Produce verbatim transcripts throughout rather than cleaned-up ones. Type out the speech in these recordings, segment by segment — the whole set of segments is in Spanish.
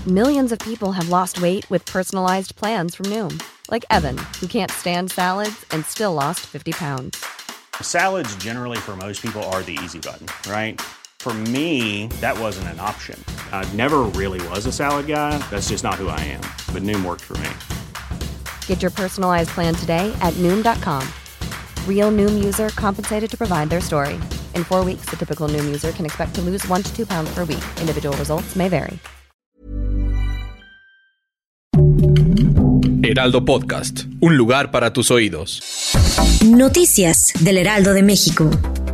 Millions of people have lost weight with personalized plans from Noom. Like Evan, who can't stand salads and still lost fifty pounds. Salads generally for most people are the easy button, right? For me, that wasn't an option. I never really was a salad guy. That's just not who I am. But Noom worked for me. Get your personalized plan today at Noom dot com. Real Noom user compensated to provide their story. In four weeks, the typical Noom user can expect to lose one to two pounds per week. Individual results may vary. Heraldo Podcast, un lugar para tus oídos. Noticias del Heraldo de México.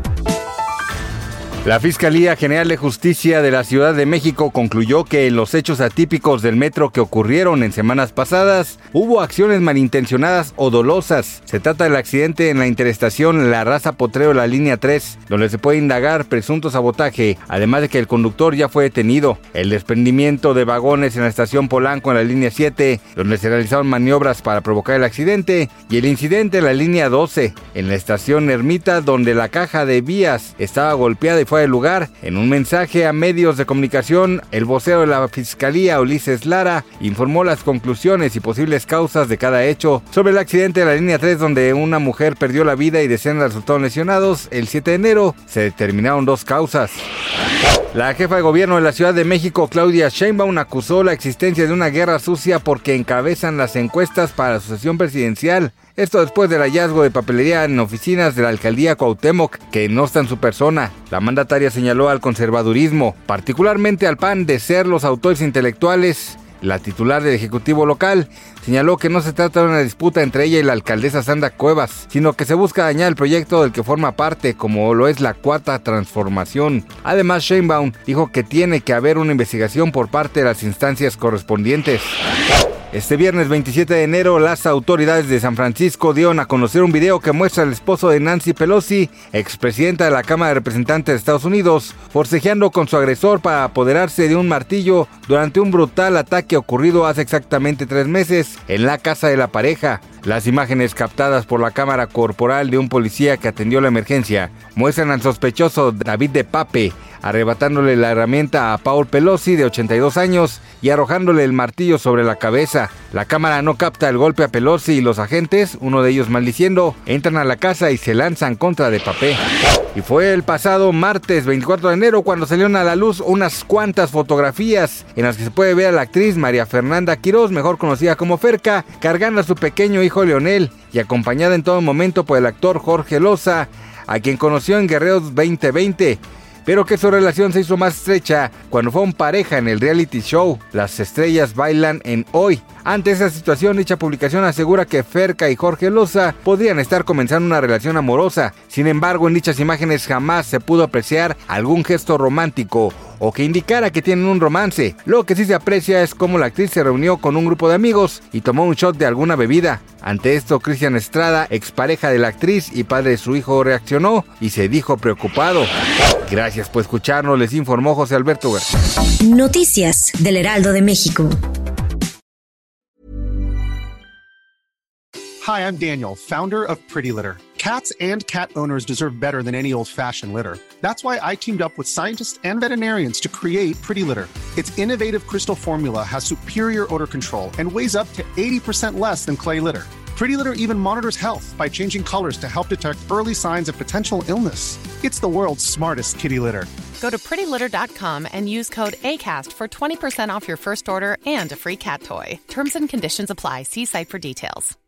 La Fiscalía General de Justicia de la Ciudad de México concluyó que en los hechos atípicos del metro que ocurrieron en semanas pasadas, hubo acciones malintencionadas o dolosas. Se trata del accidente en la interestación La Raza Potrero, la línea tres, donde se puede indagar presunto sabotaje, además de que el conductor ya fue detenido. El desprendimiento de vagones en la estación Polanco en la línea siete, donde se realizaron maniobras para provocar el accidente, y el incidente en la línea doce, en la estación Ermita, donde la caja de vías estaba golpeada y fue del lugar. En un mensaje a medios de comunicación, el vocero de la Fiscalía, Ulises Lara, informó las conclusiones y posibles causas de cada hecho. Sobre el accidente de la línea tres, donde una mujer perdió la vida y decenas resultaron lesionados, el siete de enero se determinaron dos causas. La jefa de gobierno de la Ciudad de México, Claudia Sheinbaum, acusó la existencia de una guerra sucia porque encabezan las encuestas para la sucesión presidencial. Esto después del hallazgo de papelería en oficinas de la alcaldía Cuauhtémoc, que no está en su persona. La mandataria señaló al conservadurismo, particularmente al P A N, de ser los autores intelectuales. La titular del Ejecutivo local señaló que no se trata de una disputa entre ella y la alcaldesa Sandra Cuevas, sino que se busca dañar el proyecto del que forma parte, como lo es la Cuarta Transformación. Además, Sheinbaum dijo que tiene que haber una investigación por parte de las instancias correspondientes. Este viernes veintisiete de enero, las autoridades de San Francisco dieron a conocer un video que muestra al esposo de Nancy Pelosi, expresidenta de la Cámara de Representantes de Estados Unidos, forcejeando con su agresor para apoderarse de un martillo durante un brutal ataque ocurrido hace exactamente tres meses en la casa de la pareja. Las imágenes captadas por la cámara corporal de un policía que atendió la emergencia muestran al sospechoso David de Pape arrebatándole la herramienta a Paul Pelosi, de ochenta y dos años, y arrojándole el martillo sobre la cabeza. La cámara no capta el golpe a Pelosi y los agentes, uno de ellos maldiciendo, entran a la casa y se lanzan contra de Pape. Y fue el pasado martes veinticuatro de enero cuando salieron a la luz unas cuantas fotografías en las que se puede ver a la actriz María Fernanda Quirós, mejor conocida como Ferca, cargando a su pequeño hijo Leonel y acompañada en todo momento por el actor Jorge Loza, a quien conoció en Guerreros veinte veinte, pero que su relación se hizo más estrecha cuando fueron pareja en el reality show Las Estrellas Bailan en Hoy. Ante esa situación, dicha publicación asegura que Ferca y Jorge Loza podrían estar comenzando una relación amorosa. Sin embargo, en dichas imágenes jamás se pudo apreciar algún gesto romántico o que indicara que tienen un romance. Lo que sí se aprecia es cómo la actriz se reunió con un grupo de amigos y tomó un shot de alguna bebida. Ante esto, Cristian Estrada, expareja de la actriz y padre de su hijo, reaccionó y se dijo preocupado. Gracias por escucharnos, les informó José Alberto García. Noticias del Heraldo de México. Hi, I'm Daniel, founder of Pretty Litter. Cats and cat owners deserve better than any old-fashioned litter. That's why I teamed up with scientists and veterinarians to create Pretty Litter. Its innovative crystal formula has superior odor control and weighs up to eighty percent less than clay litter. Pretty Litter even monitors health by changing colors to help detect early signs of potential illness. It's the world's smartest kitty litter. Go to pretty litter dot com and use code ACAST for twenty percent off your first order and a free cat toy. Terms and conditions apply. See site for details.